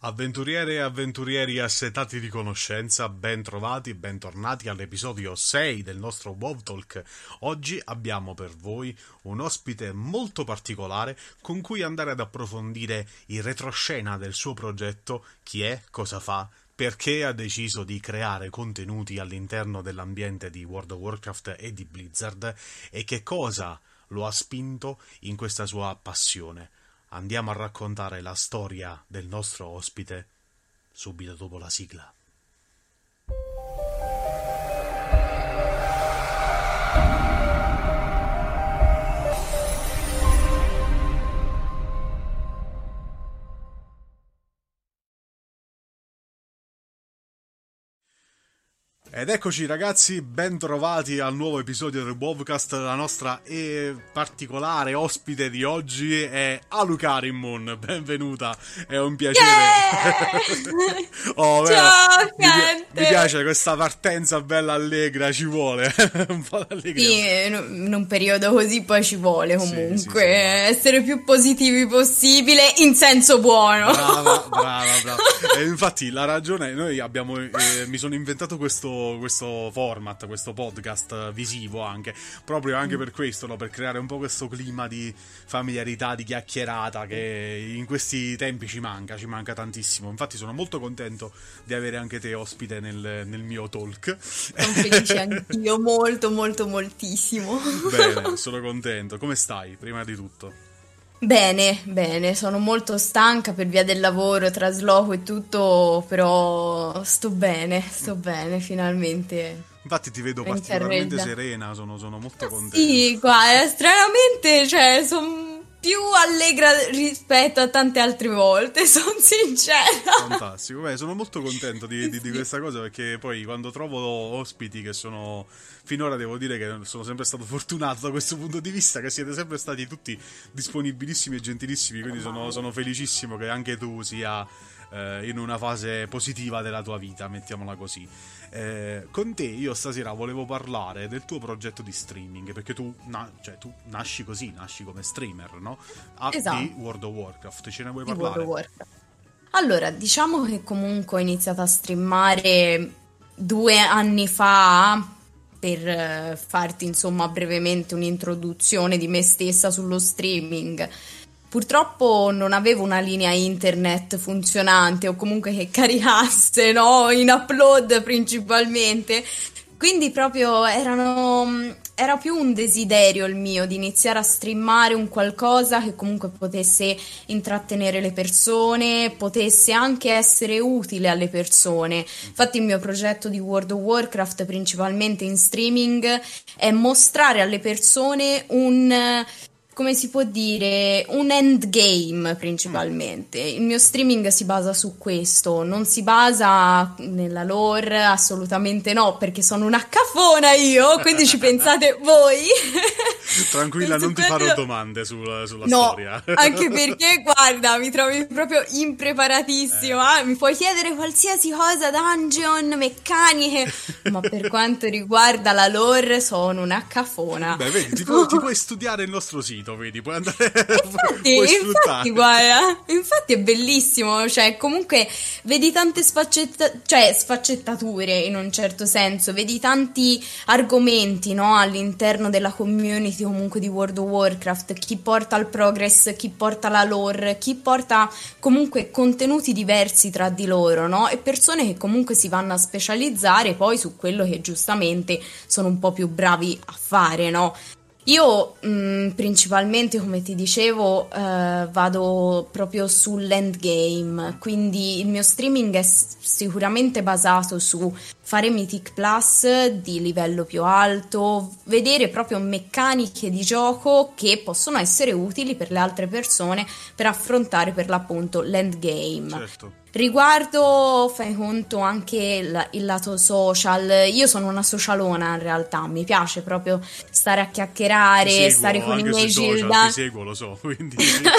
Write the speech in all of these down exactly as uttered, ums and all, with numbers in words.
Avventuriere e avventurieri assetati di conoscenza, ben trovati e bentornati all'episodio sei del nostro WoW Talk. Oggi abbiamo per voi un ospite molto particolare con cui andare ad approfondire il retroscena del suo progetto, chi è, cosa fa, perché ha deciso di creare contenuti all'interno dell'ambiente di World of Warcraft e di Blizzard e che cosa lo ha spinto in questa sua passione. Andiamo a raccontare la storia del nostro ospite subito dopo la sigla. Ed eccoci ragazzi, ben trovati al nuovo episodio del WoWcast. La nostra eh, particolare ospite di oggi è Alucarimon, benvenuta, è un piacere. Yeah! oh, beh, Ciao, mi, pi- mi piace questa partenza bella allegra, ci vuole un po' d'allegria. Sì, in un periodo così poi ci vuole comunque sì, sì, sì, essere più positivi possibile in senso buono. Brava, brava, brava. E infatti la ragione, noi abbiamo, eh, mi sono inventato questo questo format, questo podcast visivo anche, proprio anche per questo, no? Per creare un po' questo clima di familiarità, di chiacchierata che in questi tempi ci manca, ci manca tantissimo. Infatti sono molto contento di avere anche te ospite nel, nel mio talk. Sono felice anch'io, molto molto moltissimo. Bene, sono contento. Come stai, prima di tutto? Bene, bene, sono molto stanca per via del lavoro, trasloco e tutto, però sto bene, sto bene, finalmente. Infatti ti vedo particolarmente serena, sono, sono molto contento. Sì, guarda, stranamente, cioè, sono più allegra rispetto a tante altre volte, sono sincera. Fantastico, beh, sono molto contento di, di, di questa cosa, perché poi quando trovo ospiti che sono... Finora devo dire che sono sempre stato fortunato da questo punto di vista, che siete sempre stati tutti disponibilissimi e gentilissimi, quindi sono, sono felicissimo che anche tu sia eh, in una fase positiva della tua vita, mettiamola così. Eh, con te io stasera volevo parlare del tuo progetto di streaming, perché tu, na- cioè, tu nasci così, nasci come streamer, no? A- Esatto. Di World of Warcraft, ce ne vuoi Di parlare? World of Warcraft. Allora, diciamo che comunque ho iniziato a streamare due anni fa, per eh, farti insomma brevemente un'introduzione di me stessa sullo streaming. Purtroppo non avevo una linea internet funzionante o comunque che caricasse, no? In upload principalmente. Quindi proprio erano, era più un desiderio il mio di iniziare a streamare un qualcosa che comunque potesse intrattenere le persone, potesse anche essere utile alle persone. Infatti il mio progetto di World of Warcraft, principalmente in streaming, è mostrare alle persone un... come si può dire, un endgame principalmente. Il mio streaming si basa su questo, non si basa nella lore, assolutamente no, perché sono una cafona io, quindi ci pensate voi. Tranquilla, non ti farò domande sulla, sulla no, storia. Anche perché, guarda, mi trovi proprio impreparatissima. Eh. Mi puoi chiedere qualsiasi cosa, dungeon, meccaniche, ma per quanto riguarda la lore sono una cafona. Beh, vedi, ti, pu- ti puoi studiare il nostro sito, vedi, puoi andare... Infatti, puoi infatti, guarda, infatti è bellissimo, cioè comunque vedi tante sfaccetta- cioè, sfaccettature in un certo senso, vedi tanti argomenti, no, all'interno della community comunque di World of Warcraft, chi porta il progress, chi porta la lore, chi porta comunque contenuti diversi tra di loro, no, e persone che comunque si vanno a specializzare poi su quello che giustamente sono un po' più bravi a fare, no. Io mh, principalmente, come ti dicevo, eh, vado proprio sull'endgame, quindi il mio streaming è s- sicuramente basato su fare Mythic Plus di livello più alto, vedere proprio meccaniche di gioco che possono essere utili per le altre persone per affrontare per l'appunto l'endgame. Certo. Riguardo, fai conto, anche il, il lato social, io sono una socialona in realtà, mi piace proprio stare a chiacchierare, Ti seguo, stare con i anche miei sui social, Gildan. ti seguo, lo so, quindi...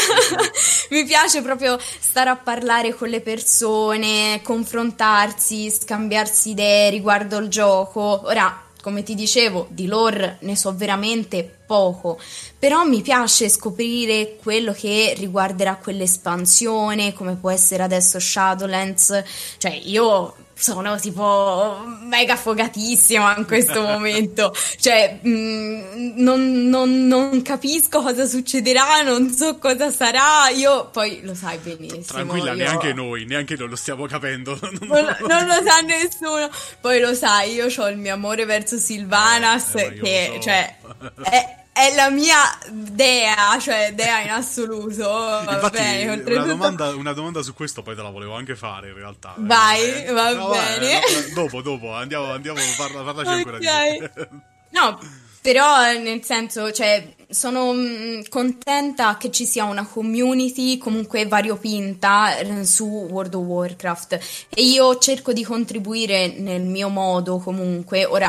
Mi piace proprio stare a parlare con le persone, confrontarsi, scambiarsi idee riguardo il gioco. Ora, come ti dicevo, di lore ne so veramente poco, però mi piace scoprire quello che riguarderà quell'espansione, come può essere adesso Shadowlands, cioè io sono tipo mega affogatissima in questo momento, cioè mh, non, non- non capisco cosa succederà, non so cosa sarà, io poi lo sai benissimo, Tranquilla, io... neanche noi, neanche noi lo stiamo capendo. Non, non lo sa nessuno. Poi lo sai, io ho il mio amore verso Sylvanas, Eh, ma io che lo so. cioè è, è la mia dea, cioè dea in assoluto. Va Infatti, bene, una oltretutto. domanda, una domanda su questo poi te la volevo anche fare in realtà. Vai, Eh, va no, vabbè, bene. no, dopo, dopo, andiamo, andiamo, parla, parlaci ancora di Ok. te. No, però eh, nel senso, cioè, sono mh, contenta che ci sia una community comunque variopinta eh, su World of Warcraft e io cerco di contribuire nel mio modo comunque. Ora,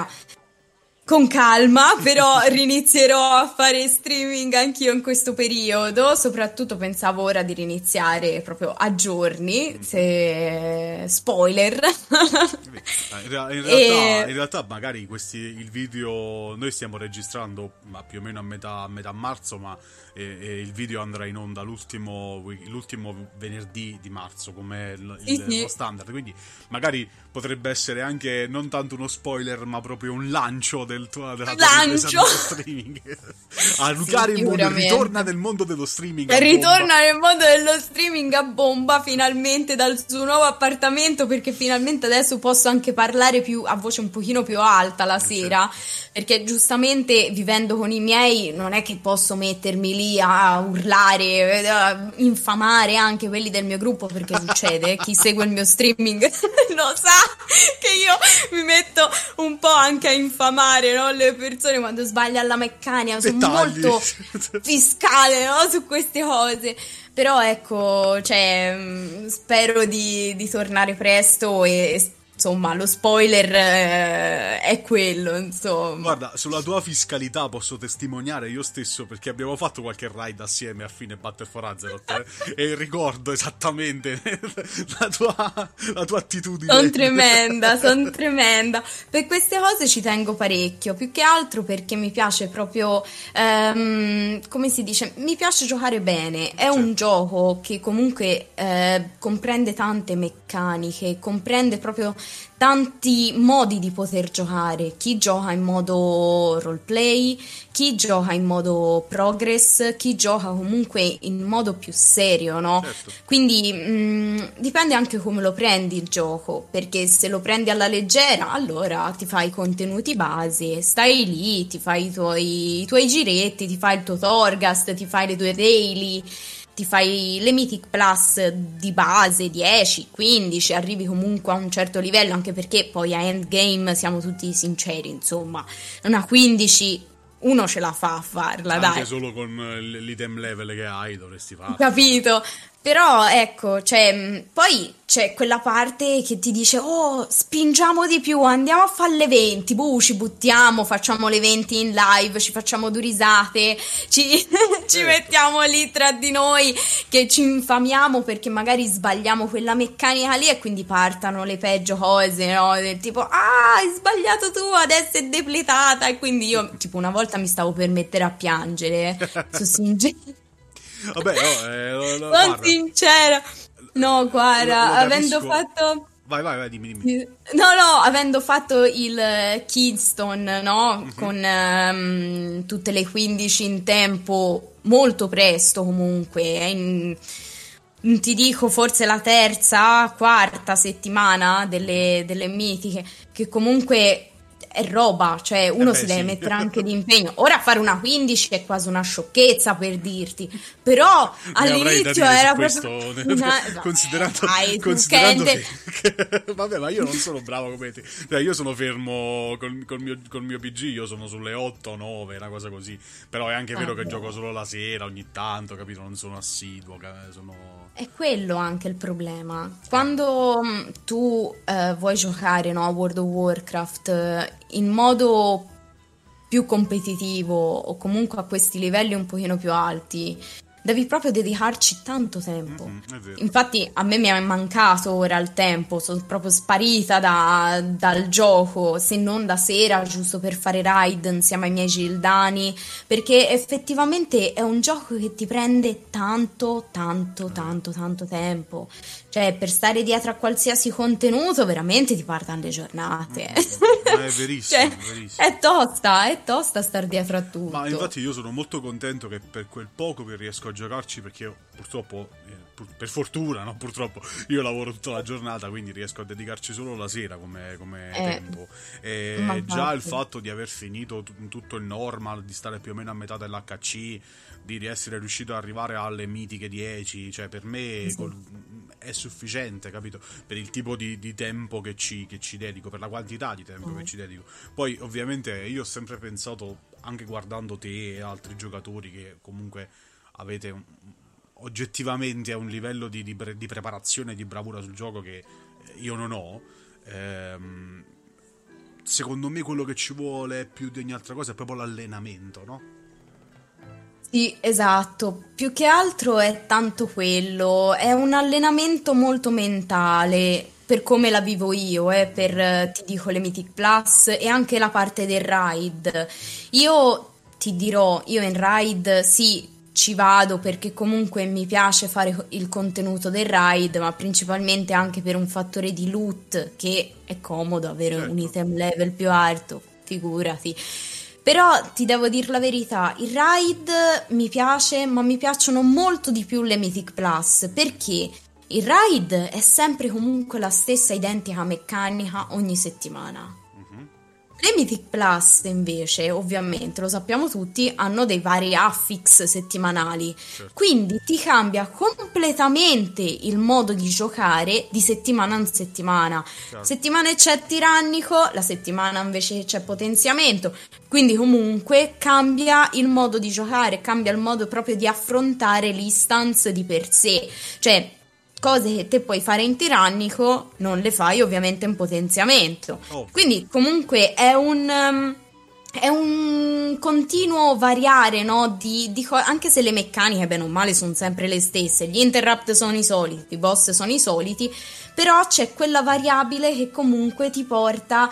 con calma, però rinizierò a fare streaming anch'io in questo periodo, soprattutto pensavo ora di riniziare proprio a giorni, se... spoiler. Eh, In, rea- in realtà, E in realtà magari questi, il video noi stiamo registrando ma più o meno a metà, a metà marzo, ma eh, eh, il video andrà in onda l'ultimo, week- l'ultimo venerdì di marzo come il, sì, il- lo sì, standard, quindi magari potrebbe essere anche non tanto uno spoiler ma proprio un lancio del tuo, della tua ripresa lancio. dello streaming. A Sì, Lucare il mondo, ritorna sicuramente. nel mondo dello streaming a bomba. Ritorna nel mondo dello streaming a bomba finalmente dal suo nuovo appartamento perché finalmente adesso posso anche parlare più a voce un pochino più alta la Eh, sera perché giustamente vivendo con i miei non è che posso mettermi lì a urlare, a infamare anche quelli del mio gruppo perché succede, chi segue il mio streaming lo sa che io mi metto un po' anche a infamare, no, le persone quando sbaglia la meccanica, sono Dettagli. molto fiscale, no, su queste cose. Però ecco, cioè, mh, spero di, di tornare presto e insomma, lo spoiler eh, è quello, insomma. Guarda, sulla tua fiscalità posso testimoniare io stesso perché abbiamo fatto qualche raid assieme a fine Battle for Azeroth eh, e ricordo esattamente la tua, la tua attitudine. Sono tremenda, sono tremenda. Per queste cose ci tengo parecchio, più che altro perché mi piace proprio, ehm, come si dice, mi piace giocare bene. È un Certo. gioco che comunque eh, comprende tante meccaniche, comprende proprio tanti modi di poter giocare. Chi gioca in modo roleplay, chi gioca in modo progress, chi gioca comunque in modo più serio, no? Certo. Quindi mh, dipende anche come lo prendi il gioco, perché se lo prendi alla leggera, allora ti fai i contenuti base, stai lì, ti fai i tuoi, i tuoi giretti, ti fai il tuo Torghast, ti fai le tue daily, ti fai le Mythic Plus di base, dieci, quindici, arrivi comunque a un certo livello, anche perché poi a endgame siamo tutti sinceri, insomma, una quindici uno ce la fa a farla, Anche dai. solo con l- l'item level che hai dovresti farlo. Capito? Però ecco, cioè, mh, poi c'è quella parte che ti dice, oh, spingiamo di più, andiamo a fare le venti, boh, ci buttiamo, facciamo le venti in live, ci facciamo due risate, ci, ci Certo. mettiamo lì tra di noi che ci infamiamo perché magari sbagliamo quella meccanica lì e quindi partano le peggio cose, no? Del tipo, ah, hai sbagliato tu, adesso è depletata e quindi io, tipo, una volta mi stavo per mettere a piangere, sono sincera. Vabbè, oh, eh, lo- lo- Sono guarda, sincera. No, lo, guarda, lo avendo capisco. fatto... Vai, vai, vai, dimmi, dimmi. No, no, avendo fatto il eh, Keystone, no? Mhm. Con ehm, tutte le quindici in tempo, molto presto comunque, eh, in- in- ti dico forse la terza, quarta settimana delle, delle mitiche, che comunque è roba, cioè Eh uno beh, si deve sì. mettere anche di impegno. Ora fare una quindici è quasi una sciocchezza per dirti, però Ne avrei da all'inizio dire su era questo, proprio una... considerando, Vabbè, dai, su considerando Kende. che, che- vabbè, ma io non sono bravo come te. Cioè, io sono fermo col, col mio, col mio P G, io sono sulle otto nove, una cosa così. Però è anche vero che Vabbè. gioco solo la sera, ogni tanto, capito? Non sono assiduo, ca- sono... È quello anche il problema. Quando mh, tu eh, vuoi giocare, no, a World of Warcraft eh, in modo più competitivo o comunque a questi livelli un pochino più alti, devi proprio dedicarci tanto tempo. Mm-mm, è vero. Infatti a me mi è mancato ora il tempo, sono proprio sparita da- dal gioco, se non da sera, giusto per fare raid insieme ai miei gildani, perché effettivamente è un gioco che ti prende tanto, tanto, tanto, tanto tempo. Cioè, per stare dietro a qualsiasi contenuto, veramente ti parlano le giornate. Mm-mm. Ma è Cioè, verissimo, verissimo. è tosta, è tosta star dietro a Ma tutto. infatti io sono molto contento che per quel poco che riesco a giocarci, perché io purtroppo, eh, pur- per fortuna, no purtroppo, io lavoro tutta la giornata, quindi riesco a dedicarci solo la sera come, come Eh, tempo. ma E già il infatti, fatto di aver finito t- tutto il normal, di stare più o meno a metà dell'H C, di essere riuscito ad arrivare alle mitiche dieci, cioè per me sì. col- è sufficiente, capito? Per il tipo di, di tempo che ci, che ci dedico, per la quantità di tempo che Mm. ci dedico. Poi ovviamente io ho sempre pensato, anche guardando te e altri giocatori che comunque avete un- oggettivamente a un livello di, di pre- di preparazione e di bravura sul gioco che io non ho, ehm, secondo me quello che ci vuole più di ogni altra cosa è proprio l'allenamento, no? Sì, esatto. Più che altro è tanto quello, è un allenamento molto mentale, per come la vivo io, eh, per, eh, ti dico, le Mythic Plus e anche la parte del raid. Io ti dirò, io in raid sì, ci vado perché comunque mi piace fare il contenuto del raid, ma principalmente anche per un fattore di loot, che è comodo avere un Certo. item level più alto, figurati. Però ti devo dire la verità, il raid mi piace, ma mi piacciono molto di più le Mythic Plus, perché il raid è sempre comunque la stessa identica meccanica ogni settimana. Mhm. Le Mythic Plus invece, ovviamente, lo sappiamo tutti, hanno dei vari affix settimanali, Certo, quindi ti cambia completamente il modo di giocare di settimana in settimana. chiaro. Settimana c'è tirannico, la settimana invece c'è potenziamento, quindi comunque cambia il modo di giocare, cambia il modo proprio di affrontare l'instance di per sé, cioè cose che te puoi fare in tirannico non le fai ovviamente in potenziamento. Ovvio. Quindi comunque è un, um, è un continuo variare, no? Di, di co- anche se le meccaniche, bene o male, sono sempre le stesse, gli interrupt sono i soliti, i boss sono i soliti, però c'è quella variabile che comunque ti porta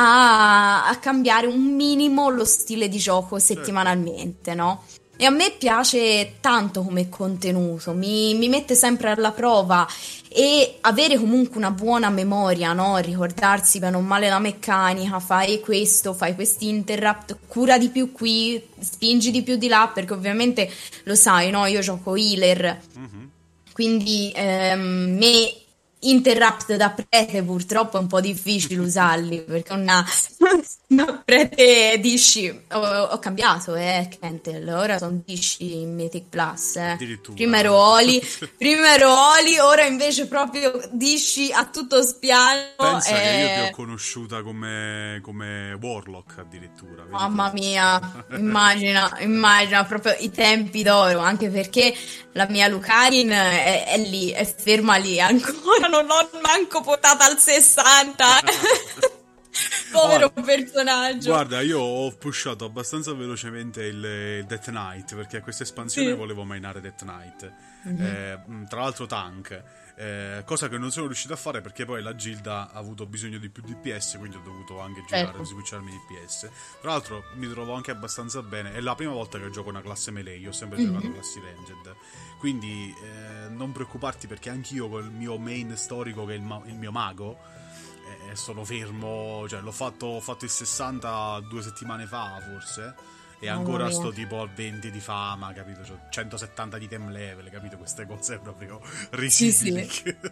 a, a cambiare un minimo lo stile di gioco Certo. settimanalmente, no? E a me piace tanto come contenuto, mi, mi mette sempre alla prova e avere comunque una buona memoria, no? Ricordarsi bene o male la meccanica, fai questo, fai questi interrupt, cura di più qui, spingi di più di là, perché ovviamente lo sai, no? Io gioco healer, Mhm. quindi ehm, me interrupt da prete purtroppo è un po' difficile usarli perché una, una prete Dishi ho, ho cambiato, eh Kentel, ora sono Dishi in Mythic Plus, eh. Prima ero Addirittura. Oli, prima ero Oli, ora invece proprio Dishi a tutto spiano. Pensa che io ti ho eh, conosciuta come, come Warlock addirittura, vedi te. Mamma mia, immagina, immagina proprio i tempi d'oro, anche perché la mia Lucarin è, è lì, è ferma lì, ancora non l'ho manco portata al sessanta. Oh, Povero personaggio. guarda, io ho pushato abbastanza velocemente il, il Death Knight perché a questa espansione Sì. volevo minare Death Knight. Mhm. Eh, mh, tra l'altro tank. Eh, cosa che non sono riuscito a fare perché poi la Gilda ha avuto bisogno di più D P S, quindi ho dovuto anche girare, Certo. switcharmi D P S. Tra l'altro mi trovo anche abbastanza bene. È la prima volta che gioco una classe melee, io ho sempre giocato Mhm. classi ranged. Quindi eh, non preoccuparti perché anch'io col mio main storico che è il, ma- il mio mago eh, sono fermo, cioè l'ho fatto, ho fatto il sessanta due settimane fa forse e Mamma ancora mia. sto tipo al venti di fama, capito? C'ho centosettanta di tem level, capito? Queste cose proprio Sì, risibili. sì.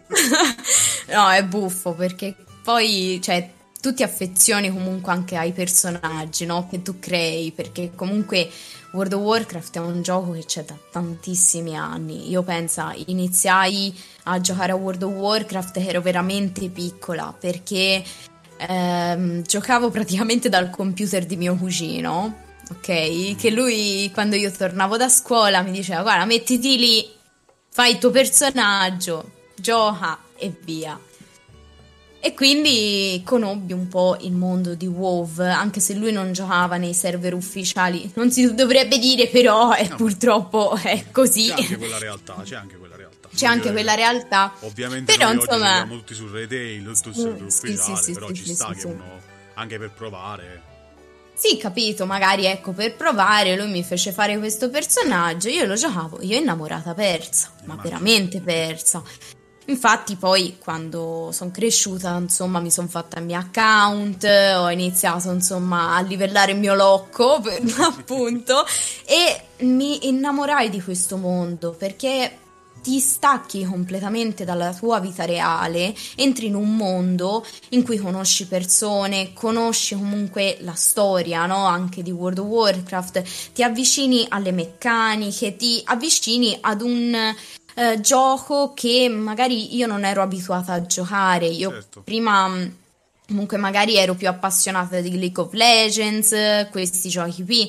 No, è buffo perché poi, cioè, tu ti affezioni comunque anche ai personaggi, no? Che tu crei, perché comunque World of Warcraft è un gioco che c'è da tantissimi anni. Io penso, iniziai a giocare a World of Warcraft che ero veramente piccola, perché ehm, giocavo praticamente dal computer di mio cugino, ok? Che lui, quando io tornavo da scuola, mi diceva: Guarda, mettiti lì, fai il tuo personaggio, gioca e via. E quindi conobbi un po' il mondo di WoW, anche se lui non giocava nei server ufficiali. Non si dovrebbe dire, però è No, purtroppo è così. c'è anche quella realtà, c'è anche quella realtà. C'è Voglio anche dire, quella realtà. ovviamente Però noi oggi insomma, giochiamo tutti su retail, tutto il server mm, sì, sì, ufficiale, sì, però sì, ci sì, sta sì, che sì. uno, anche per provare... Sì, capito, magari ecco per provare lui mi fece fare questo personaggio, io lo giocavo, io innamorata persa, ma Immagino. veramente persa. Infatti poi quando sono cresciuta, insomma, mi sono fatta il mio account, ho iniziato insomma a livellare il mio locco per l'appunto e mi innamorai di questo mondo perché ti stacchi completamente dalla tua vita reale, entri in un mondo in cui conosci persone, conosci comunque la storia, no? Anche di World of Warcraft, ti avvicini alle meccaniche, ti avvicini ad un eh, gioco che magari io non ero abituata a giocare. Io Certo. prima mh, comunque magari ero più appassionata di League of Legends, eh, questi giochi qui.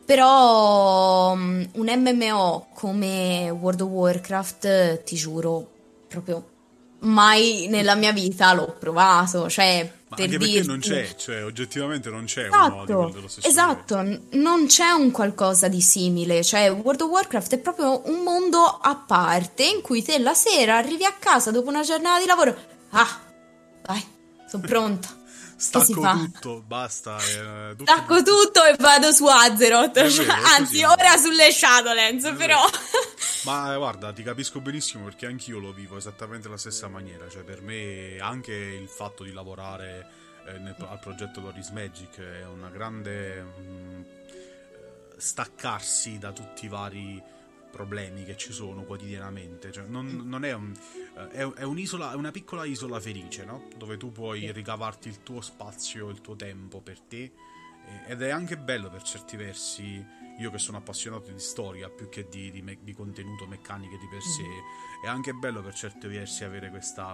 Però mh, un M M O come World of Warcraft, eh, ti giuro, proprio mai nella mia vita l'ho provato. Cioè, Ma per anche perché non dirti. c'è, cioè oggettivamente non c'è uno di quello Esatto, dello stesso livello. esatto, n- non c'è un qualcosa di simile, cioè World of Warcraft è proprio un mondo a parte in cui te la sera arrivi a casa dopo una giornata di lavoro, ah, vai, sono pronta, che si Stacco fa? tutto, basta, è tutto Stacco butto. tutto e vado su Azeroth, È cioè, vero, è così, anzi no? ora sulle Shadowlands, È però. vero. Ma eh, guarda, ti capisco benissimo perché anch'io lo vivo esattamente alla stessa maniera. Cioè, per me anche il fatto di lavorare eh, nel- al progetto Doris Magic è una grande mm, eh, staccarsi da tutti i vari problemi che ci sono quotidianamente. Cioè, non, non è un, eh, è, è un'isola, è una piccola isola felice, no? Dove tu puoi ricavarti il tuo spazio, il tuo tempo per te. eh, Ed è anche bello per certi versi io che sono appassionato di storia più che di, di me- di contenuto meccaniche di per sé, è anche bello per certi versi avere questa,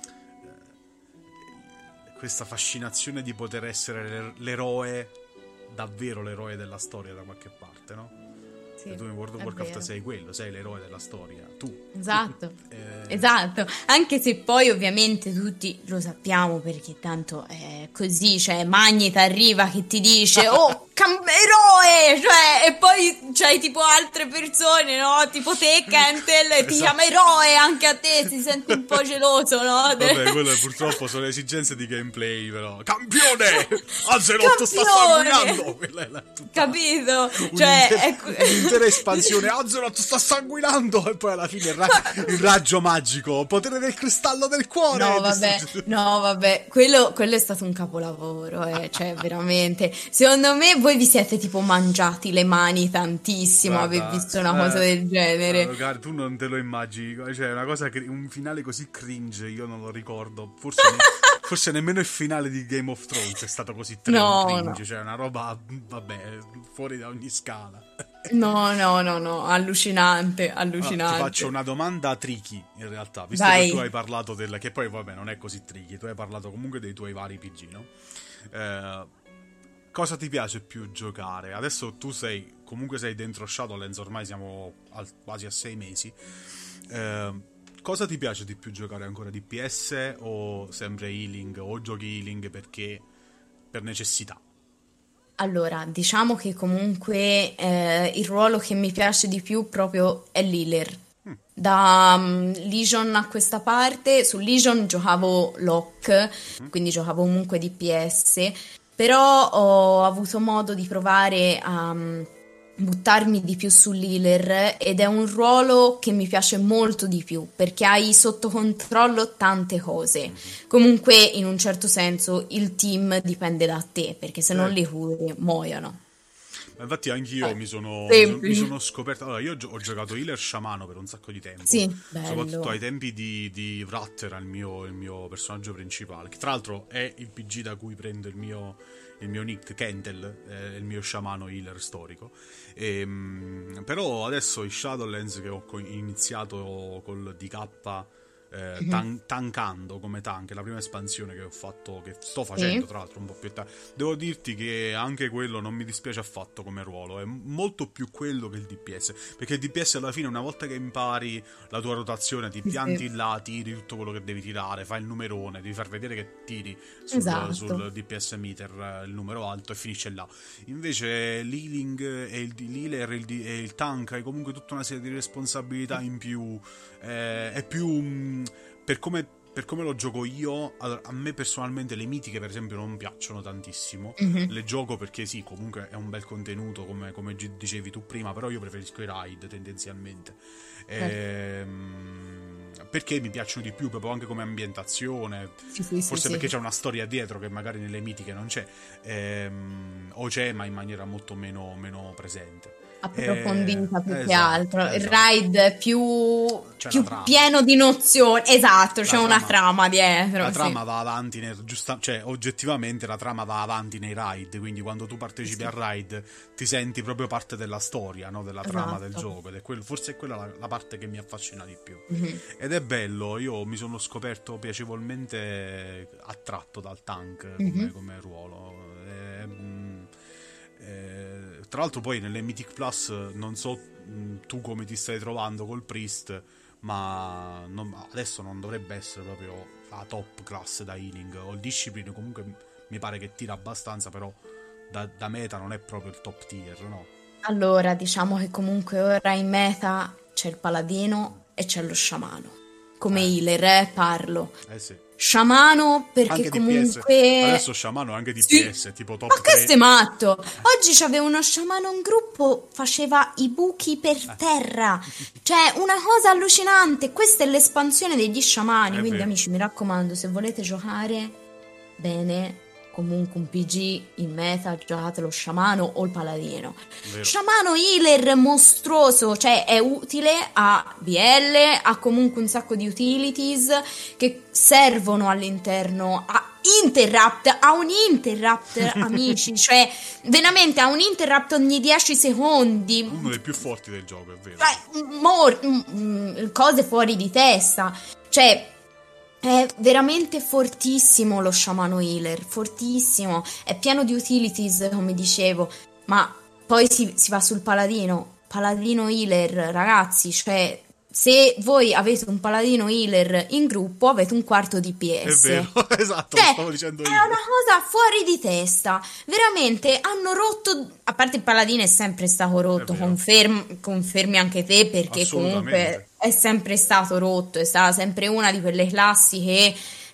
eh, questa fascinazione di poter essere l'er- l'eroe, davvero l'eroe della storia da qualche parte, no? Sì, E tu in World of è Warcraft vero. sei quello, sei l'eroe della storia, tu. Esatto, Eh, esatto, anche se poi ovviamente tutti lo sappiamo perché tanto è così, cioè Magni arriva che ti dice oh cam- eroe, cioè e poi c'hai tipo altre persone, no? Tipo te Kentel ti chiama esatto. eroe anche a te, si sente un po' geloso, no? Vabbè, quello purtroppo sono esigenze di gameplay, però. Campione! Azeroth sta Campione! sanguinando! Quella è la tutta Capito? Cioè, un'inter- ecco. un'intera espansione. Azeroth sta sanguinando! E poi alla fine il, ra- il raggio magico, potere del cristallo del cuore. No, e vabbè, distrugge- no, vabbè, quello, quello è stato un capolavoro, eh, cioè veramente. Secondo me voi vi siete tipo mangiati le mani tantissimo a aver Guarda, visto una cosa del eh, genere. guarda, tu non te lo immagini, cioè una cosa cri- un finale così cringe, io non lo ricordo. Forse, ne- forse nemmeno il finale di Game of Thrones è stato così tr- No, cringe, no, cioè una roba, vabbè, fuori da ogni scala. no, no, no, no, allucinante, Allora, ti faccio allucinante. una domanda tricky, in realtà, visto che tu Vai. hai parlato del... che poi, vabbè, non è così tricky, tu hai parlato comunque dei tuoi vari P G, no? Eh, cosa ti piace più giocare? Adesso tu sei, comunque sei dentro Shadowlands, ormai siamo al- quasi a sei mesi. Eh, cosa ti piace di più giocare ancora? D P S o sempre healing o giochi healing perché per necessità? Allora, diciamo che comunque eh, il ruolo che mi piace di più proprio è l'healer. Da mm, Legion a questa parte, su Legion giocavo Locke, quindi giocavo comunque D P S, però ho avuto modo di provare a mm, buttarmi di più sull'healer ed è un ruolo che mi piace molto di più perché hai sotto controllo tante cose. Comunque, in un certo senso, il team dipende da te perché se non li Certo. curi muoiono. Ma infatti anch'io Eh, mi sono, mi sono, mi semplice. sono scoperto. Allora, io gio- ho giocato healer sciamano per un sacco di tempo. Sì, Soprattutto ai bello. tempi di, di Wrath era il mio, il mio personaggio principale. Che tra l'altro è il P G da cui prendo il mio, il mio nick, Kentel, è il mio sciamano healer storico. Ehm, però adesso in Shadowlands che ho co- iniziato col D K eh, Mhm. tan- tankando come tank, la prima espansione che ho fatto, che sto facendo Sì. tra l'altro un po' più tardi. Devo dirti che anche quello non mi dispiace affatto come ruolo, è molto più quello che il D P S, perché il D P S alla fine una volta che impari la tua rotazione ti Sì, sì. pianti là, tiri tutto quello che devi tirare, fai il numerone, devi far vedere che tiri sul, Esatto. sul D P S meter eh, il numero alto e finisce là. Invece l'healing e il l'healer e il, e il tank hai comunque tutta una serie di responsabilità in più, eh, è più mh, per come per come lo gioco io. Allora, a me personalmente le mitiche per esempio non piacciono tantissimo, Mhm. le gioco perché sì, comunque è un bel contenuto come, come gi- dicevi tu prima, però io preferisco i raid tendenzialmente. Certo. Ehm, perché mi piacciono di più proprio anche come ambientazione, Sì, sì, sì, forse perché sì. c'è una storia dietro che magari nelle mitiche non c'è, ehm, o c'è ma in maniera molto meno, meno presente. Eh, Approfondita più che esatto, altro. Il esatto. raid è più, C'è una più trama. pieno di nozioni. Esatto, c'è La una trama, trama la dietro, sì. trama va avanti, nel, giusta, cioè oggettivamente la trama va avanti nei raid, quindi quando tu partecipi al Sì, raid ti senti proprio parte della storia, no? Della trama del esatto. gioco, ed è quello, forse è quella la, la parte che mi affascina di più. Mhm. Ed è bello, io mi sono scoperto piacevolmente attratto dal tank come, Mhm. come ruolo. E, mm, eh, tra l'altro poi nelle Mythic Plus non so mm, tu come ti stai trovando col Priest, ma non- adesso non dovrebbe essere proprio la top class da healing. O il Discipline comunque mi pare che tira abbastanza, però da, da meta non è proprio il top tier, no? Allora, diciamo che comunque ora in meta c'è il paladino e c'è lo sciamano. Come Eh, healer, eh, parlo. eh sì. Sciamano perché Anche D P S. comunque... Adesso Shamano è anche Sì, D P S, tipo ma top che tre. sei matto? Oggi c'avevo uno sciamano in gruppo, faceva i buchi per Eh, terra. Cioè, una cosa allucinante. Questa è l'espansione degli sciamani. è Quindi, vero, amici, mi raccomando, se volete giocare bene, comunque un P G in meta, giocate lo sciamano o il paladino. vero. Sciamano healer mostruoso, cioè è utile a B L, ha comunque un sacco di utilities che servono all'interno a interrupt, a un interrupt, amici, cioè veramente a un interrupt ogni dieci secondi. Uno dei più forti del gioco, è vero. Cioè, mor- mm, mm, cose fuori di testa. Cioè, è veramente fortissimo lo sciamano healer, fortissimo. È pieno di utilities, come dicevo, ma poi si, si va sul paladino. Paladino healer, ragazzi, cioè, se voi avete un paladino healer in gruppo, avete un quarto È D P S. vero, esatto, lo Cioè, stavo dicendo è io. una cosa fuori di testa. Veramente hanno rotto. A parte il paladino è sempre stato È rotto, vero, conferm- confermi anche te, perché assolutamente. comunque è sempre stato rotto. È stata sempre una di quelle classi che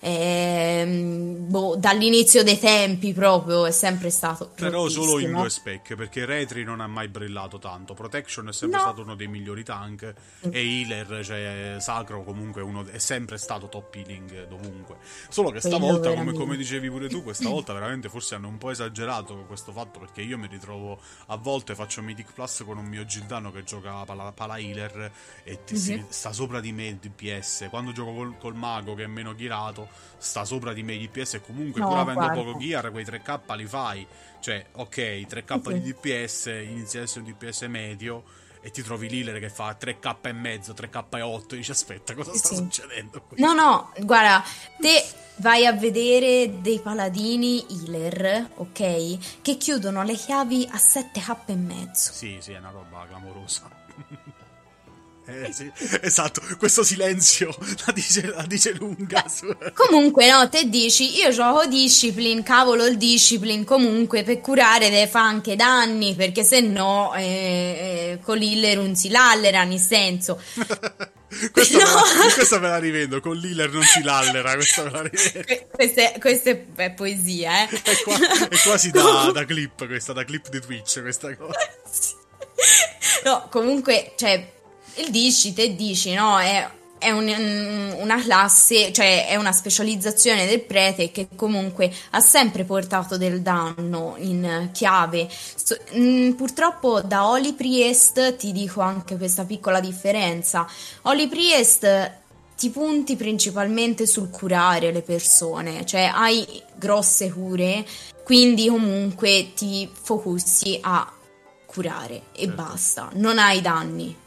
ehm, boh, dall'inizio dei tempi proprio è sempre stato Però solo in due rottissimo. spec, perché Retri non ha mai brillato tanto. Protection è sempre No, stato uno dei migliori tank. E Healer, cioè Sacro, comunque uno, è sempre stato top healing dovunque. Solo che quello stavolta, come, come veramente. dicevi pure tu, questa volta veramente forse hanno un po' esagerato questo fatto. Perché io mi ritrovo a volte faccio Mythic Plus con un mio Gildano che gioca pala, pala healer e ti- si- Mhm. sta sopra di me il D P S. Quando gioco col, col mago che è meno girato, sta sopra di me il D P S e comunque pur No, avendo poco guarda. gear quei tre K li fai. Cioè, ok, tre K Sì, di sì. D P S, inizia a essere un D P S medio e ti trovi l'healer che fa tre K e mezzo, tre K e otto e dici aspetta, cosa Sì, sta sì. succedendo qui? No, no, guarda, te vai a vedere dei paladini healer, ok? Che chiudono le chiavi a sette K e mezzo. Sì, sì, è una roba clamorosa. Eh sì, esatto, questo silenzio la dice, la dice lunga Beh, su... comunque no, te dici, io gioco discipline, cavolo il discipline, comunque per curare deve fa anche danni, perché se no eh, eh, con l'healer non si lallera, nel senso. Questa me la, No, questa me la rivendo, con l'healer non si lallera, questa me la rivendo. Que- questa è, questa è- è poesia, eh. È, qua- è quasi da, da clip questa, da clip di Twitch questa cosa. No, comunque, cioè, il dici, te dici, no? È, è un- una classe, cioè è una specializzazione del prete che comunque ha sempre portato del danno in chiave. So- mm, purtroppo da Holy Priest ti dico anche questa piccola differenza. Holy Priest ti punti principalmente sul curare le persone, cioè hai grosse cure, quindi comunque ti focussi a curare e Certo. basta, non hai danni.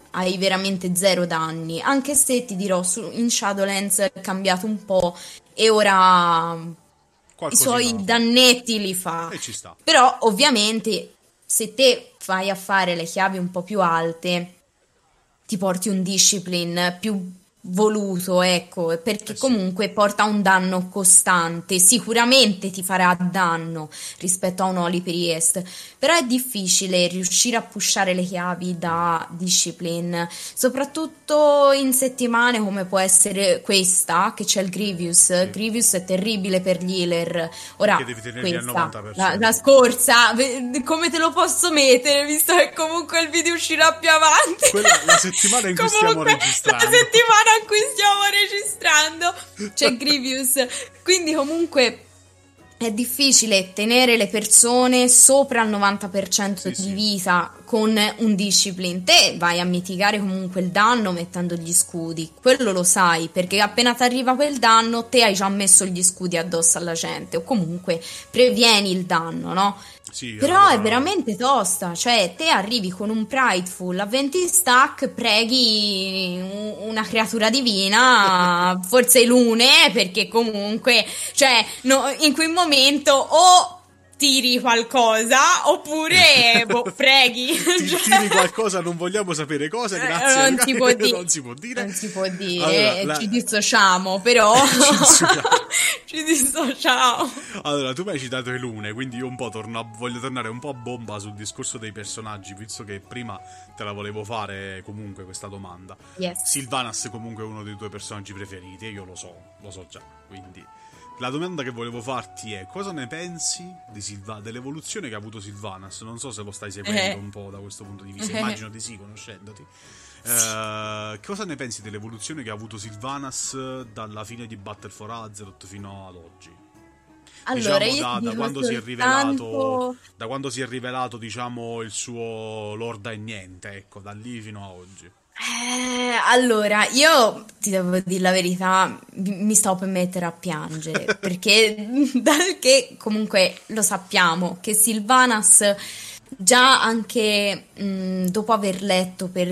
hai veramente zero danni, anche se ti dirò, su, in Shadowlands è cambiato un po' e ora i Qualcosina suoi lo fa. dannetti li fa. E ci sta. Però ovviamente se te vai a fare le chiavi un po' più alte, ti porti un discipline più voluto, ecco, Eh perché sì. comunque porta un danno costante, sicuramente ti farà danno rispetto a un Holy Priest, però è difficile riuscire a pushare le chiavi da discipline, soprattutto in settimane come può essere questa, che c'è il Grievous. Sì. Grievous è terribile per gli healer. Perché Ora, devi tenerli al questa, la, la novanta per cento. scorsa, ve- come te lo posso mettere, visto che comunque il video uscirà più avanti? Quella la settimana in cui stiamo Comunque, la registrando. settimana in cui stiamo registrando c'è Grievous. Quindi comunque è difficile tenere le persone sopra il novanta per cento Sì, di sì. vita con un discipline. Te vai a mitigare comunque il danno mettendo gli scudi, quello lo sai, perché appena ti arriva quel danno, te hai già messo gli scudi addosso alla gente, o comunque previeni il danno, no? Sì, è una Però è cosa. veramente tosta, cioè te arrivi con un Prideful a venti stack, preghi un- una creatura divina, forse Lune, perché comunque, cioè, no, in quel momento o tiri qualcosa oppure boh, preghi. Ti Cioè, tiri qualcosa, non vogliamo sapere cosa, eh, grazie. non si può dire, Non si può dire. non si può Allora, dire, la... ci dissociamo, però ci dissociamo. ci dissociamo. Allora, tu mi hai citato le lune, quindi io un po' torno a- voglio tornare un po' a bomba sul discorso dei personaggi, visto che prima te la volevo fare comunque questa domanda. Yes. Sylvanas comunque è uno dei tuoi personaggi preferiti, e io lo so, lo so già, quindi... La domanda che volevo farti è: cosa ne pensi di Silva- dell'evoluzione che ha avuto Sylvanas? Non so se lo stai seguendo Eh. un po' da questo punto di vista, immagino di sì, conoscendoti. Eh, cosa ne pensi dell'evoluzione che ha avuto Sylvanas dalla fine di Battle for Azeroth fino ad oggi? Allora, Diciamo io ti da, da dico quando si è rivelato, soltanto. da quando si è rivelato, diciamo, il suo Lord e niente, ecco, da lì fino a oggi. Eh, allora, io ti devo dire la verità, mi mi stavo per mettere a piangere, perché dal che comunque lo sappiamo, che Sylvanas già anche mh, dopo aver letto per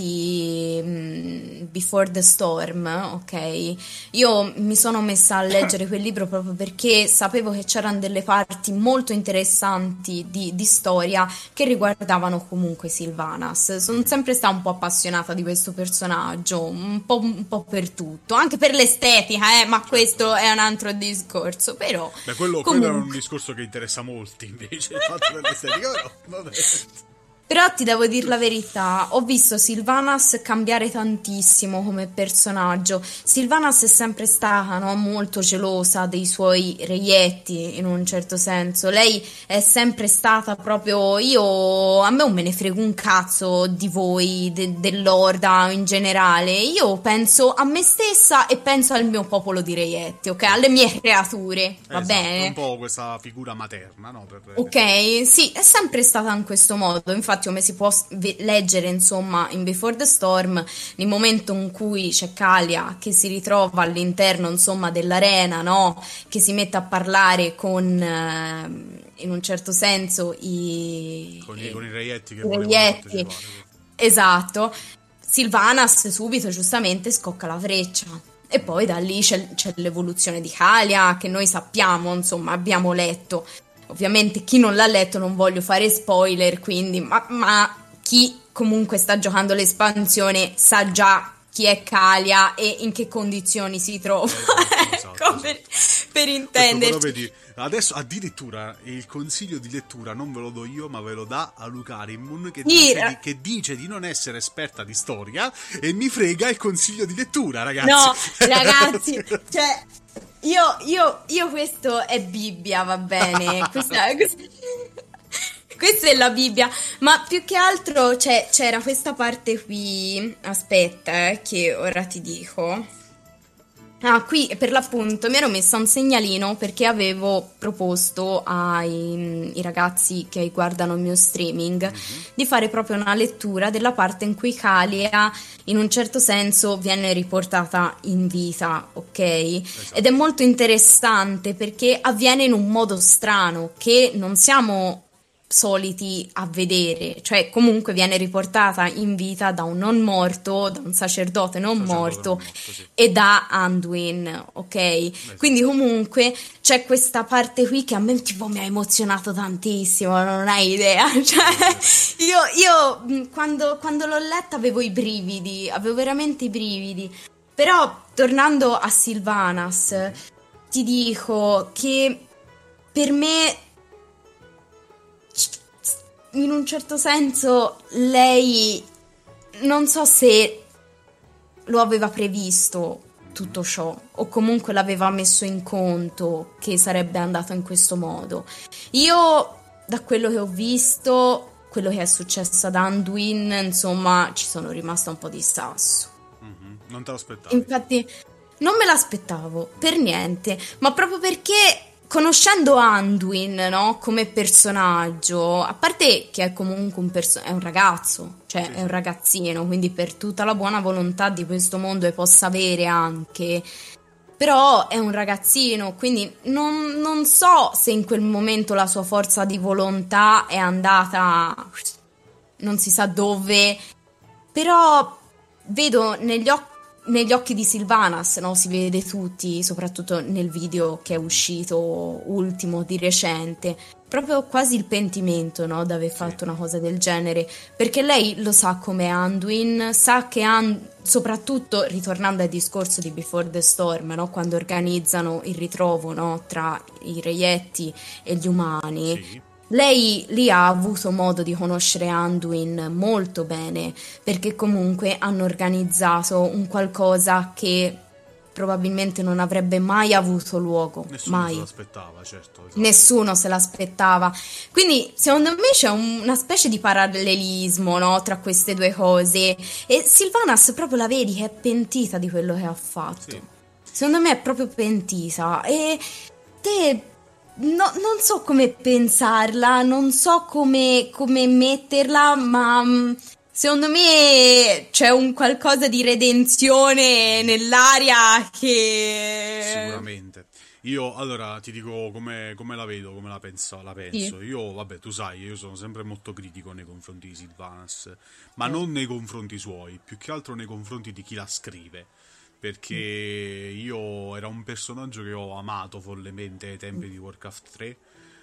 dirti mh, Before the Storm, ok? Io mi sono messa a leggere quel libro proprio perché sapevo che c'erano delle parti molto interessanti di, di storia che riguardavano comunque Sylvanas. Sono sempre stata un po' appassionata di questo personaggio, un po', un po' per tutto, anche per l'estetica, eh, ma Certo, questo certo. è un altro discorso, però Beh, quello, quello è un comunque. discorso che interessa molti, invece, il fatto dell'estetica, però, vabbè. Però ti devo dire la verità, ho visto Sylvanas cambiare tantissimo come personaggio. Sylvanas è sempre stata, no, molto gelosa dei suoi reietti, in un certo senso. Lei è sempre stata proprio, io, a me non me ne frego un cazzo di voi, de- dell'Orda in generale. Io penso a me stessa e penso al mio popolo di reietti, ok? Alle mie creature, va Esatto, è un bene? po' questa figura materna, no? Per definire. Ok, sì, è sempre stata in questo modo. Infatti, come si può s- ve- leggere, insomma, in Before the Storm, nel momento in cui c'è Kalia che si ritrova all'interno, insomma, dell'arena, no? Che si mette a parlare con, ehm, in un certo senso, i, Con i, con i reietti che i volevano reietti. partecipare. Sì. Esatto. Sylvanas subito, giustamente, scocca la freccia. E poi da lì c'è c'è l'evoluzione di Kalia, che noi sappiamo, insomma, abbiamo letto. Ovviamente chi non l'ha letto non voglio fare spoiler, quindi, ma, ma chi comunque sta giocando l'espansione sa già chi è Kalia e in che condizioni si trova. Esatto, esatto, Ecco, per, esatto. per Questo però intenderci. vedi, adesso addirittura il consiglio di lettura non ve lo do io, ma ve lo dà Alucarimmun che Sì, dice, di, che dice di non essere esperta di storia e mi frega il consiglio di lettura, ragazzi. no, ragazzi, cioè, io, io, io questo è Bibbia, va bene, questa, questa, questa è la Bibbia, ma più che altro c'è- c'era questa parte qui, aspetta, eh, che ora ti dico. Ah, qui per l'appunto mi ero messa un segnalino perché avevo proposto ai i ragazzi che guardano il mio streaming di fare proprio una lettura della parte in cui Kalia in un certo senso viene riportata in vita, ok? Ed è Esatto. molto interessante perché avviene in un modo strano che non siamo soliti a vedere, cioè comunque viene riportata in vita da un non morto, da un sacerdote non Sacerdote morto non morto, sì. e da Anduin, ok? Beh, Quindi comunque c'è questa parte qui che a me tipo mi ha emozionato tantissimo, non hai idea, cioè io, io mh, quando, quando l'ho letta avevo i brividi, avevo veramente i brividi, però tornando a Sylvanas, ti dico che per me in un certo senso lei non so se lo aveva previsto tutto ciò o comunque l'aveva messo in conto che sarebbe andato in questo modo. Io da quello che ho visto, quello che è successo ad Anduin, insomma, ci sono rimasta un po' di sasso. Mhm. Non te lo aspettavi? Infatti non me l'aspettavo per niente, ma proprio perché conoscendo Anduin, no, come personaggio, a parte che è comunque un, perso- è un ragazzo, cioè Sì, è sì. un ragazzino, quindi per tutta la buona volontà di questo mondo che possa avere anche, però è un ragazzino, quindi non, non so se in quel momento la sua forza di volontà è andata non si sa dove, però vedo negli, oc- negli occhi di Sylvanas, no? Si vede tutti, soprattutto nel video che è uscito ultimo di recente, proprio quasi il pentimento, no? Di aver Sì. fatto una cosa del genere, perché lei lo sa come Anduin, sa che An- soprattutto ritornando al discorso di Before the Storm, no? Quando organizzano il ritrovo, no? Tra i reietti e gli umani. Sì. Lei lì ha avuto modo di conoscere Anduin molto bene, perché comunque hanno organizzato un qualcosa che probabilmente non avrebbe mai avuto luogo, Nessuno se mai. l'aspettava, certo, esatto. Nessuno se l'aspettava. Quindi, secondo me c'è un- una specie di parallelismo, no, tra queste due cose. E Sylvanas proprio la vedi che è pentita di quello che ha fatto. Sì. Secondo me è proprio pentita. E te no- non so come pensarla, non so come, come metterla, ma mm, secondo me c'è un qualcosa di redenzione nell'aria che... Sicuramente. Io allora ti dico come, come la vedo, come la penso, la Sì, penso. Io, vabbè, tu sai, io sono sempre molto critico nei confronti di Sylvanas, ma certo. non nei confronti suoi, più che altro nei confronti di chi la scrive. Perché io era un personaggio che ho amato follemente ai tempi di Warcraft tre.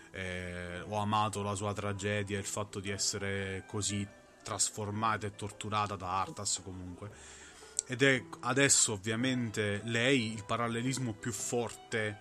Eh, ho amato la sua tragedia, il fatto di essere così trasformata e torturata da Arthas comunque. Ed è adesso ovviamente lei il parallelismo più forte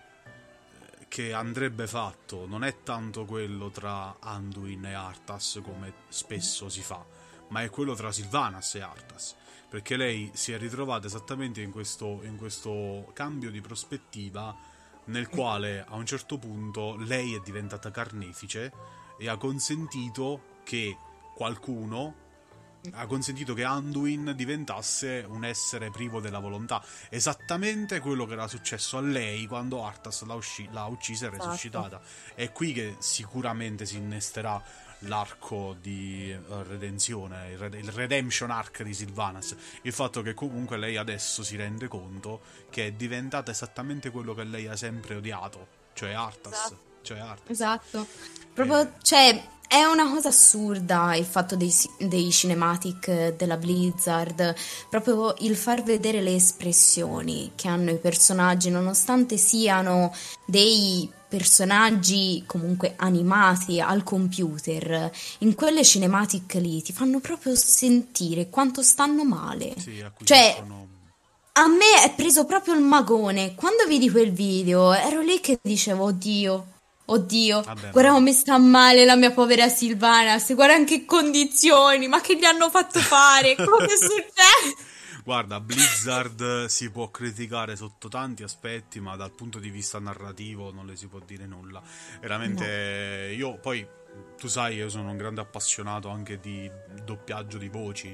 che andrebbe fatto non è tanto quello tra Anduin e Arthas come spesso si fa, ma è quello tra Sylvanas e Arthas, perché lei si è ritrovata esattamente in questo, in questo cambio di prospettiva nel quale a un certo punto lei è diventata carnefice e ha consentito che qualcuno ha consentito che Anduin diventasse un essere privo della volontà, esattamente quello che era successo a lei quando Arthas l'ha, usci- l'ha uccisa e Esatto. resuscitata. È qui che sicuramente si innesterà l'arco di eh, redenzione, il, red- il redemption arc di Sylvanas, il fatto che comunque lei adesso si rende conto che è diventata esattamente quello che lei ha sempre odiato, cioè Arthas, Esatto. cioè Arthas. Esatto. Eh, Proprio, cioè, è una cosa assurda il fatto dei, ci- dei cinematic della Blizzard, proprio il far vedere le espressioni che hanno i personaggi, nonostante siano dei personaggi comunque animati al computer, in quelle cinematic lì ti fanno proprio sentire quanto stanno male. sì, Cioè, acquisiscono. a me è preso proprio il magone. Quando vidi quel video, ero lì che dicevo, oddio, oddio, Vabbè, guarda ma come sta male la mia povera Silvana, guarda in che condizioni, ma che gli hanno fatto fare? Cosa è successo? guarda, Blizzard si può criticare sotto tanti aspetti, ma dal punto di vista narrativo non le si può dire nulla. No, Veramente, io poi, tu sai, io sono un grande appassionato anche di doppiaggio di voci.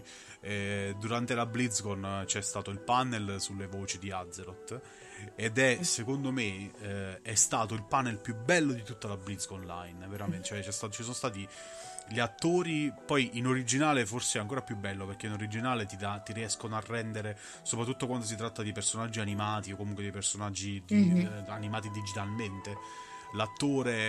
E durante la BlizzCon c'è stato il panel sulle voci di Azeroth ed è, secondo me, eh, è stato il panel più bello di tutta la BlizzCon Online, veramente. Cioè, c'è stato- ci sono stati gli attori, poi in originale forse è ancora più bello perché in originale ti, dà- ti riescono a rendere, soprattutto quando si tratta di personaggi animati o comunque di personaggi di- mhm, eh, animati digitalmente, l'attore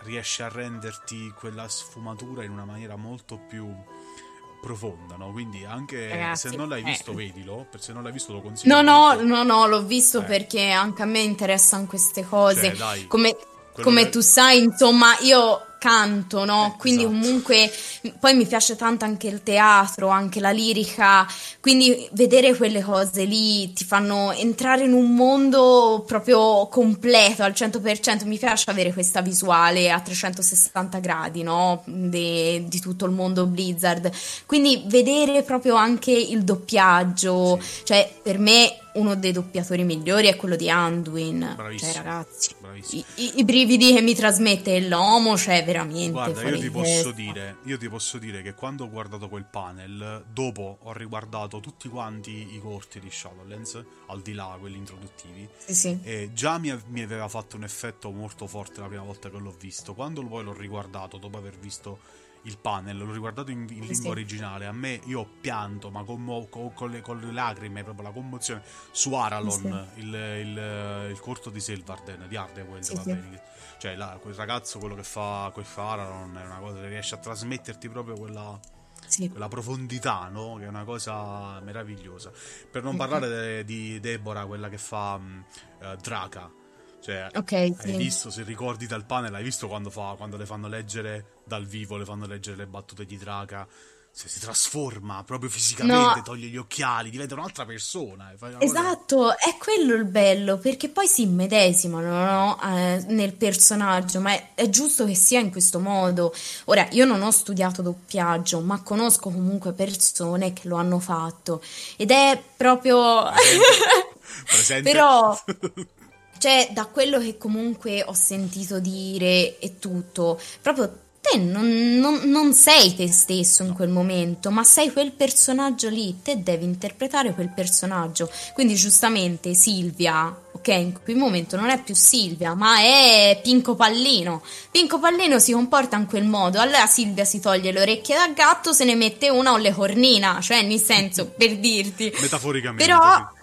riesce a renderti quella sfumatura in una maniera molto più profonda, no? Quindi anche se Ragazzi, non l'hai eh. visto, vedilo, per se non l'hai visto lo consiglio No, no, molto. no, no, l'ho visto Eh, perché anche a me interessano queste cioè, cose. dai, Come, quello come che... tu sai, insomma, io canto, Eh, no? Quindi esatto. comunque poi mi piace tanto anche il teatro, anche la lirica. Quindi vedere quelle cose lì ti fanno entrare in un mondo proprio completo al cento per cento. Mi piace avere questa visuale a trecentosessanta gradi, no? De- di tutto il mondo Blizzard. Quindi vedere proprio anche il doppiaggio, Sì, cioè per me uno dei doppiatori migliori è quello di Anduin. Cioè, bravissimo, ragazzi, bravissimo. i, i- i brividi che mi trasmette l'uomo, cioè veramente Guarda, io fuori ti di posso testa. dire, io ti posso dire che quando ho guardato quel panel, dopo ho riguardato tutti quanti i corti di Shadowlands, al di là quelli introduttivi, Sì, sì, e già mi, av- mi aveva fatto un effetto molto forte la prima volta che l'ho visto. Quando poi l'ho riguardato, dopo aver visto il panel, l'ho riguardato in, in sì, lingua sì, originale, a me io ho pianto, ma commo- co- con, le, con le lacrime, proprio la commozione, su sì, sì, Aralon, il, il, il corto di Sylvarden, di Ardenweald, sì, va sì. bene, cioè, là, quel ragazzo, quello che fa, quel fa Araron è una cosa che riesce a trasmetterti proprio quella, Sì. quella profondità, no? Che è una cosa meravigliosa. Per non Mm-mm. parlare de- di Deborah, quella che fa mh, eh, Draca. Cioè, Ok, hai sì. visto, se ricordi dal panel, hai visto quando, fa, quando le fanno leggere dal vivo, le fanno leggere le battute di Draca? Se si trasforma proprio No, fisicamente, toglie gli occhiali, diventa un'altra persona. E fai una cosa... esatto, è quello il bello, perché poi si immedesimano, no? Eh, nel personaggio, ma è, è giusto che sia in questo modo. Ora, io non ho studiato doppiaggio, ma conosco comunque persone che lo hanno fatto ed è proprio... Presente? Presente? Però, cioè, da quello che comunque ho sentito dire e tutto, proprio te non, non- non sei te stesso in No. quel momento, ma sei quel personaggio lì, te devi interpretare quel personaggio. Quindi giustamente Silvia, ok, in quel momento non è più Silvia, ma è Pinco Pallino. Pinco Pallino si comporta in quel modo, allora Silvia si toglie le orecchie da gatto, se ne mette una o le cornina, cioè nel senso, per dirti. Però... Metaforicamente, sì.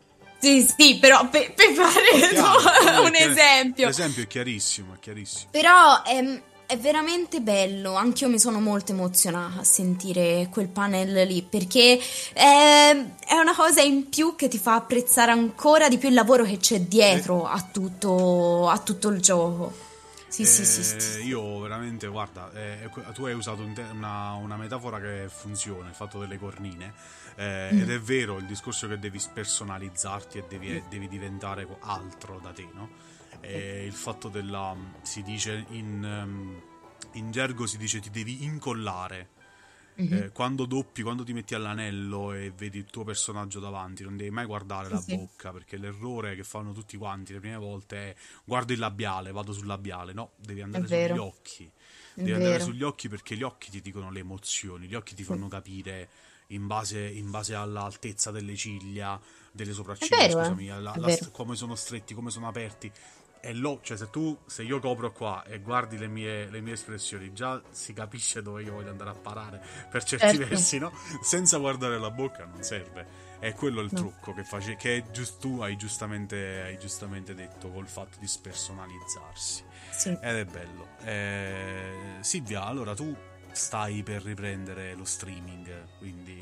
Sì, sì, però per, per È fare chiaro, no, no, no, è un chiaro. esempio. L'esempio è chiarissimo, è chiarissimo. Però è, è veramente bello, anch'io mi sono molto emozionata a sentire quel panel lì, perché è, è una cosa in più che ti fa apprezzare ancora di più il lavoro che c'è E, dietro a tutto, a tutto il gioco. Sì, sì, sì, sì, eh, sì. io veramente, guarda, eh, tu hai usato un te- una, una metafora che funziona, il fatto delle cornine, eh, ed Mm, è vero il discorso che devi spersonalizzarti e devi, devi diventare altro da te, no? E il fatto della, si dice in, ehm, in gergo si dice ti devi incollare. mhm. Eh, quando doppi, quando ti metti all'anello e vedi il tuo personaggio davanti, non devi mai guardare Sì, la sì, bocca, perché l'errore che fanno tutti quanti le prime volte è guardo il labiale, vado sul labiale. No, devi è andare sugli vero, occhi. è Devi andare vero. sugli occhi perché gli occhi ti dicono le emozioni, gli occhi ti Mm. fanno capire in base, in base all'altezza delle ciglia, delle È sopracciglia, vero, eh? scusami, alla- È la- vero. come sono stretti, come sono aperti. E lo, cioè se tu, se io copro qua e guardi le mie, le mie espressioni, già si capisce dove io voglio andare a parare per certi Certo, versi, no? Senza guardare la bocca non serve. È quello il no. trucco che, face, che è giust, tu hai giustamente, hai giustamente detto col fatto di spersonalizzarsi. Sì. Ed è bello. Eh, Silvia, allora tu stai per riprendere lo streaming, quindi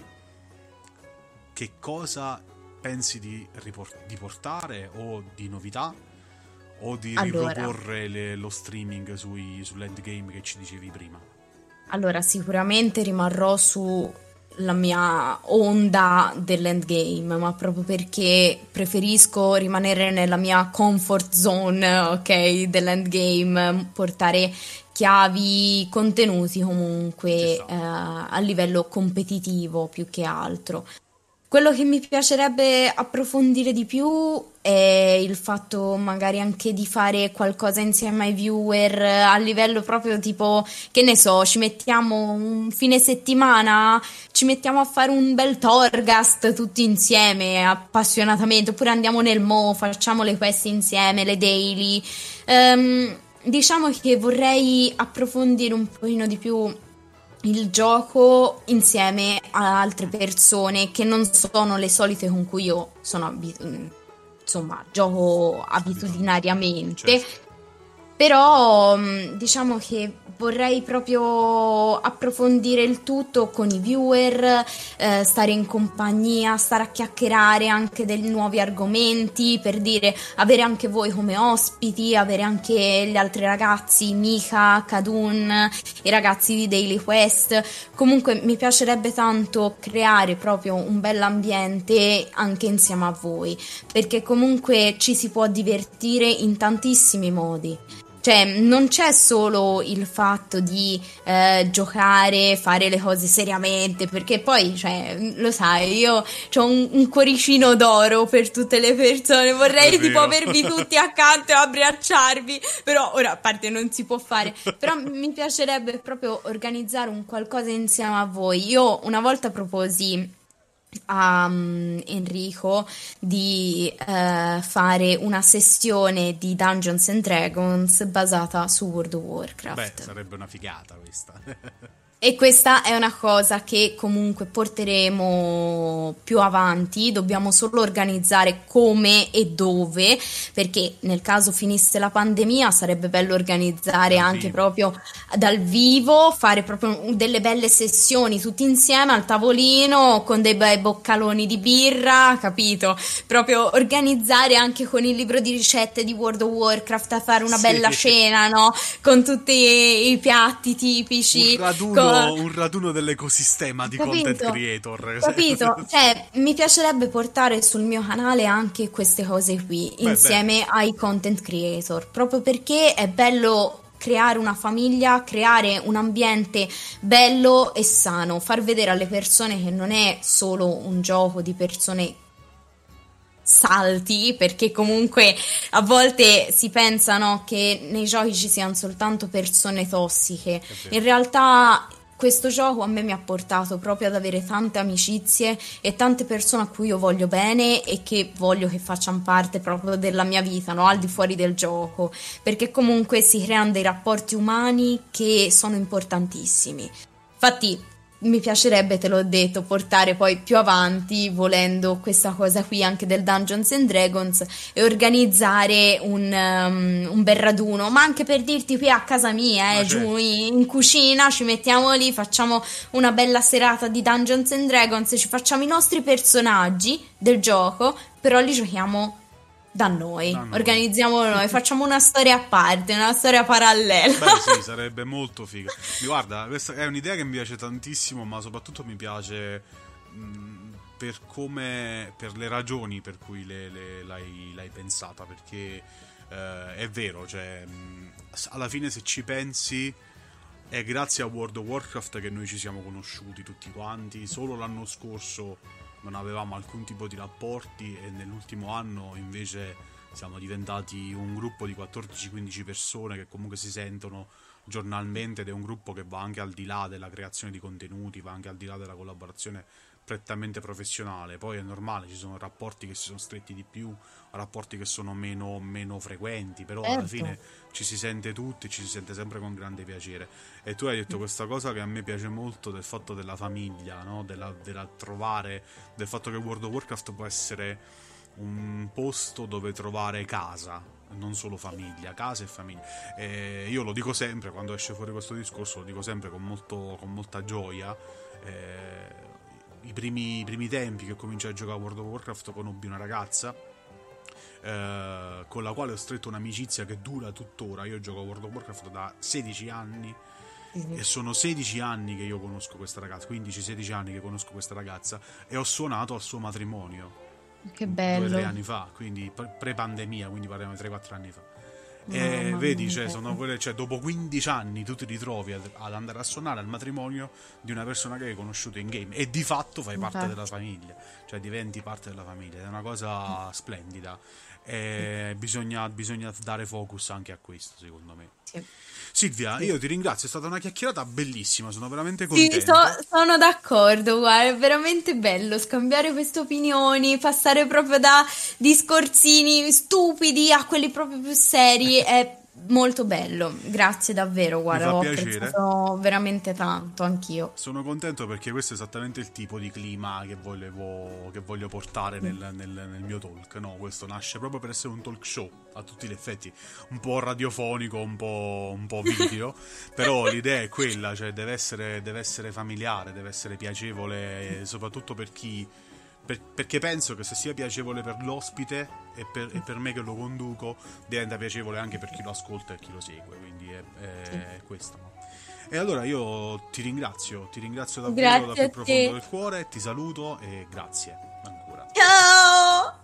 che cosa pensi di, riport- di portare o di novità o di Allora. riproporre le- lo streaming sui, sull'endgame che ci dicevi prima? Allora, sicuramente rimarrò sulla mia onda dell'endgame, ma proprio perché preferisco rimanere nella mia comfort zone, ok, dell'endgame, portare chiavi, contenuti comunque Ci eh, sta. a livello competitivo più che altro. Quello che mi piacerebbe approfondire di più è il fatto magari anche di fare qualcosa insieme ai viewer eh, a livello proprio tipo, che ne so, ci mettiamo un fine settimana, ci mettiamo a fare un bel Torghast tutti insieme, appassionatamente, oppure andiamo nel Mo, facciamo le quest insieme, le daily. Ehm, diciamo che vorrei approfondire un pochino di più il gioco insieme a altre persone che non sono le solite con cui io sono abitu- insomma, gioco Abituato. abitudinariamente. Certo. Però mh, diciamo che vorrei proprio approfondire il tutto con i viewer, eh, stare in compagnia, stare a chiacchierare anche dei nuovi argomenti, per dire, avere anche voi come ospiti, avere anche gli altri ragazzi, Mika, Kadun, i ragazzi di Daily Quest. Comunque mi piacerebbe tanto creare proprio un bell'ambiente anche insieme a voi, perché comunque ci si può divertire in tantissimi modi. Cioè, non c'è solo il fatto di eh, giocare, fare le cose seriamente, perché poi, cioè, lo sai, io ho un, un cuoricino d'oro per tutte le persone, vorrei È tipo vero. avervi tutti accanto e abbracciarvi, però ora a parte non si può fare, però mi piacerebbe proprio organizzare un qualcosa insieme a voi. Io una volta proposi a mm, Enrico di eh, fare una sessione di Dungeons and Dragons basata su World of Beh, Warcraft. sarebbe una figata questa. E questa è una cosa che comunque porteremo più avanti, dobbiamo solo organizzare come e dove, perché nel caso finisse la pandemia sarebbe bello organizzare Dal anche vivo. proprio dal vivo, fare proprio delle belle sessioni tutti insieme al tavolino con dei bei boccaloni di birra, capito? Proprio organizzare anche con il libro di ricette di World of Warcraft a fare una Sì. bella cena, no? Con tutti i piatti Un tipici. raduno, co- un raduno dell'ecosistema di content Capito? creator. Capito? Cioè, mi piacerebbe portare sul mio canale anche queste cose qui, Beh, bello. insieme ai content creator, proprio perché è bello creare una famiglia, creare un ambiente bello e sano, far vedere alle persone che non è solo un gioco di persone salti, perché comunque a volte si pensa, no, che nei giochi ci siano soltanto persone tossiche. È In vero. realtà questo gioco a me mi ha portato proprio ad avere tante amicizie e tante persone a cui io voglio bene e che voglio che facciano parte proprio della mia vita, no? Al di fuori del gioco, perché comunque si creano dei rapporti umani che sono importantissimi. Infatti mi piacerebbe, te l'ho detto, portare poi più avanti, volendo questa cosa qui anche del Dungeons and Dragons e organizzare un, um, un bel raduno, ma anche per dirti qui a casa mia, Ma eh, giù certo. in, in cucina, ci mettiamo lì, facciamo una bella serata di Dungeons and Dragons, ci facciamo i nostri personaggi del gioco, però li giochiamo da noi, Da noi. organizziamo noi, facciamo una storia a parte, una storia parallela. Beh, sì, sarebbe molto figo. Mi guarda, questa è un'idea che mi piace tantissimo, ma soprattutto mi piace mh, per come, per le ragioni per cui le- le- l'hai, l'hai pensata, perché eh, è vero, cioè, mh, s- alla fine se ci pensi è grazie a World of Warcraft che noi ci siamo conosciuti tutti quanti. Solo l'anno scorso non avevamo alcun tipo di rapporti e nell'ultimo anno invece siamo diventati un gruppo di quattordici quindici persone che comunque si sentono giornalmente, ed è un gruppo che va anche al di là della creazione di contenuti, va anche al di là della collaborazione prettamente professionale. Poi è normale, ci sono rapporti che si sono stretti di più, rapporti che sono meno, meno frequenti, però alla Certo. fine ci si sente tutti, ci si sente sempre con grande piacere. E tu hai detto questa cosa che a me piace molto, del fatto della famiglia, no? Della, della trovare, del fatto che World of Warcraft può essere un posto dove trovare casa, non solo famiglia, casa e famiglia. E io lo dico sempre quando esce fuori questo discorso, lo dico sempre con, molto, con molta gioia. Eh, i, primi, I primi tempi che cominciai a giocare a World of Warcraft conobbi una ragazza eh, con la quale ho stretto un'amicizia che dura tuttora. Io gioco a World of Warcraft da sedici anni e sono sedici anni che io conosco questa ragazza, quindici sedici anni che conosco questa ragazza, e ho suonato al suo matrimonio Che due o tre bello. anni fa, quindi pre- pre-pandemia, quindi parliamo di tre quattro anni fa. E Mamma vedi, mia. cioè, sono quelle, cioè, dopo quindici anni tu ti ritrovi ad, ad andare a suonare al matrimonio di una persona che hai conosciuto in game e di fatto fai parte della Infatti. famiglia, cioè diventi parte della famiglia, è una cosa splendida. E bisogna, bisogna dare focus anche a questo, secondo me. Sì, Silvia, sì. io ti ringrazio, è stata una chiacchierata bellissima, sono veramente Sì, so- contento. sono d'accordo, guarda, è veramente bello scambiare queste opinioni, passare proprio da discorsini stupidi a quelli proprio più seri, è Molto bello, grazie davvero, Mi fa guarda, ho piacere. apprezzato veramente tanto anch'io. Sono contento perché questo è esattamente il tipo di clima che volevo, che voglio portare nel, nel- nel mio talk. No, questo nasce proprio per essere un talk show a tutti gli effetti, un po' radiofonico, un po', un po' video, però l'idea è quella, cioè deve essere, deve essere familiare, deve essere piacevole, eh, soprattutto per chi. per- perché penso che se sia piacevole per l'ospite e per, e per me che lo conduco, diventa piacevole anche per chi lo ascolta e chi lo segue, quindi è, Sì. è questo. No? E allora io ti ringrazio, ti ringrazio davvero dal Grazie più a profondo te. del cuore, ti saluto e grazie ancora. Ciao!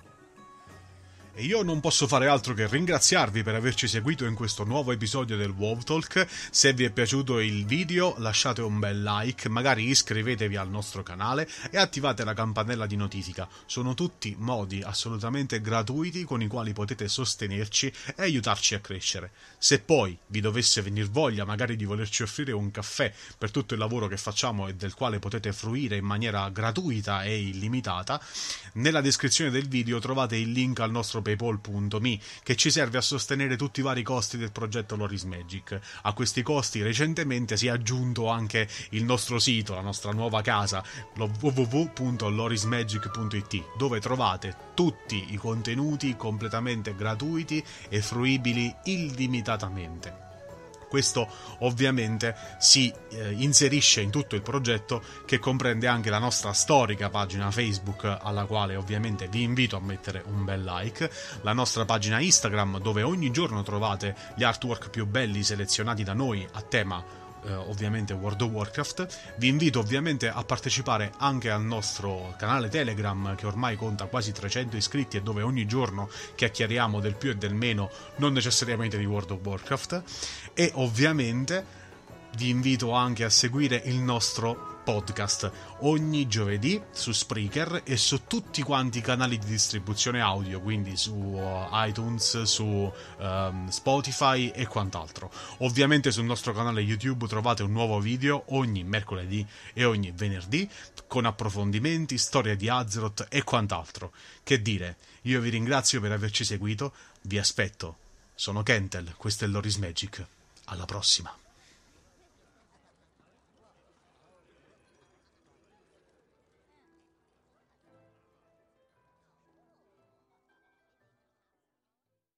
E io non posso fare altro che ringraziarvi per averci seguito in questo nuovo episodio del WoW Talk. Se vi è piaciuto il video lasciate un bel like, magari iscrivetevi al nostro canale e attivate la campanella di notifica. Sono tutti modi assolutamente gratuiti con i quali potete sostenerci e aiutarci a crescere. Se poi vi dovesse venir voglia magari di volerci offrire un caffè per tutto il lavoro che facciamo e del quale potete fruire in maniera gratuita e illimitata, nella descrizione del video trovate il link al nostro paypal punto me che ci serve a sostenere tutti i vari costi del progetto Loris Magic. A questi costi recentemente si è aggiunto anche il nostro sito, la nostra nuova casa, lo w w w punto lorismagic punto i t, dove trovate tutti i contenuti completamente gratuiti e fruibili illimitatamente. Questo ovviamente si eh, inserisce in tutto il progetto, che comprende anche la nostra storica pagina Facebook, alla quale ovviamente vi invito a mettere un bel like, la nostra pagina Instagram dove ogni giorno trovate gli artwork più belli selezionati da noi a tema eh, ovviamente World of Warcraft. Vi invito ovviamente a partecipare anche al nostro canale Telegram, che ormai conta quasi trecento iscritti e dove ogni giorno chiacchieriamo del più e del meno, non necessariamente di World of Warcraft. E ovviamente vi invito anche a seguire il nostro podcast ogni giovedì su Spreaker e su tutti quanti i canali di distribuzione audio, quindi su uh, iTunes, su um, Spotify e quant'altro. Ovviamente sul nostro canale YouTube trovate un nuovo video ogni mercoledì e ogni venerdì con approfondimenti, storia di Azeroth e quant'altro. Che dire, io vi ringrazio per averci seguito, vi aspetto. Sono Kentel, questo è Loris Magic. Alla prossima.